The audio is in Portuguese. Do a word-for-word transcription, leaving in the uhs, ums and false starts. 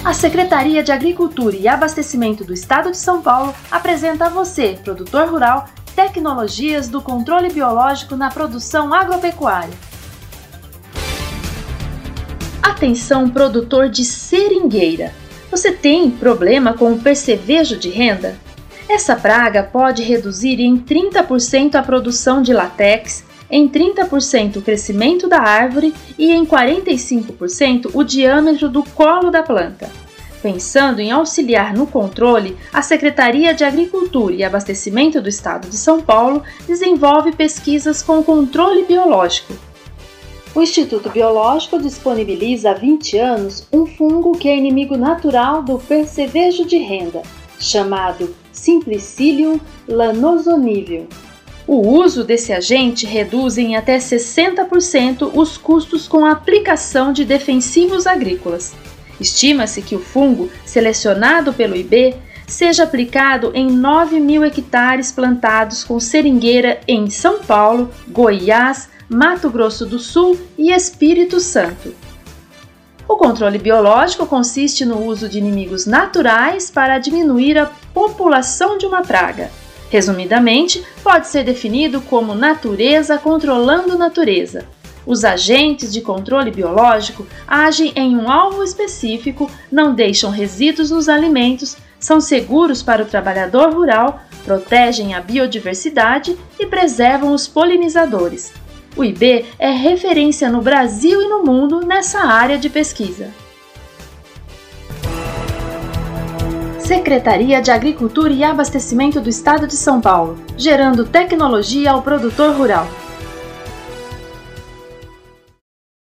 A Secretaria de Agricultura e Abastecimento do Estado de São Paulo apresenta a você, produtor rural, tecnologias do controle biológico na produção agropecuária. Atenção, produtor de seringueira! Você tem problema com o percevejo de renda? Essa praga pode reduzir em trinta por cento a produção de látex, em trinta por cento o crescimento da árvore e em quarenta e cinco por cento o diâmetro do colo da planta. Pensando em auxiliar no controle, a Secretaria de Agricultura e Abastecimento do Estado de São Paulo desenvolve pesquisas com controle biológico. O Instituto Biológico disponibiliza há vinte anos um fungo que é inimigo natural do percevejo de renda, chamado Simplicillium lanosonível. O uso desse agente reduz em até sessenta por cento os custos com a aplicação de defensivos agrícolas. Estima-se que o fungo, selecionado pelo I B, seja aplicado em nove mil hectares plantados com seringueira em São Paulo, Goiás, Mato Grosso do Sul e Espírito Santo. O controle biológico consiste no uso de inimigos naturais para diminuir a população de uma praga. Resumidamente, pode ser definido como natureza controlando natureza. Os agentes de controle biológico agem em um alvo específico, não deixam resíduos nos alimentos, são seguros para o trabalhador rural, protegem a biodiversidade e preservam os polinizadores. O I B é referência no Brasil e no mundo nessa área de pesquisa. Secretaria de Agricultura e Abastecimento do Estado de São Paulo, gerando tecnologia ao produtor rural.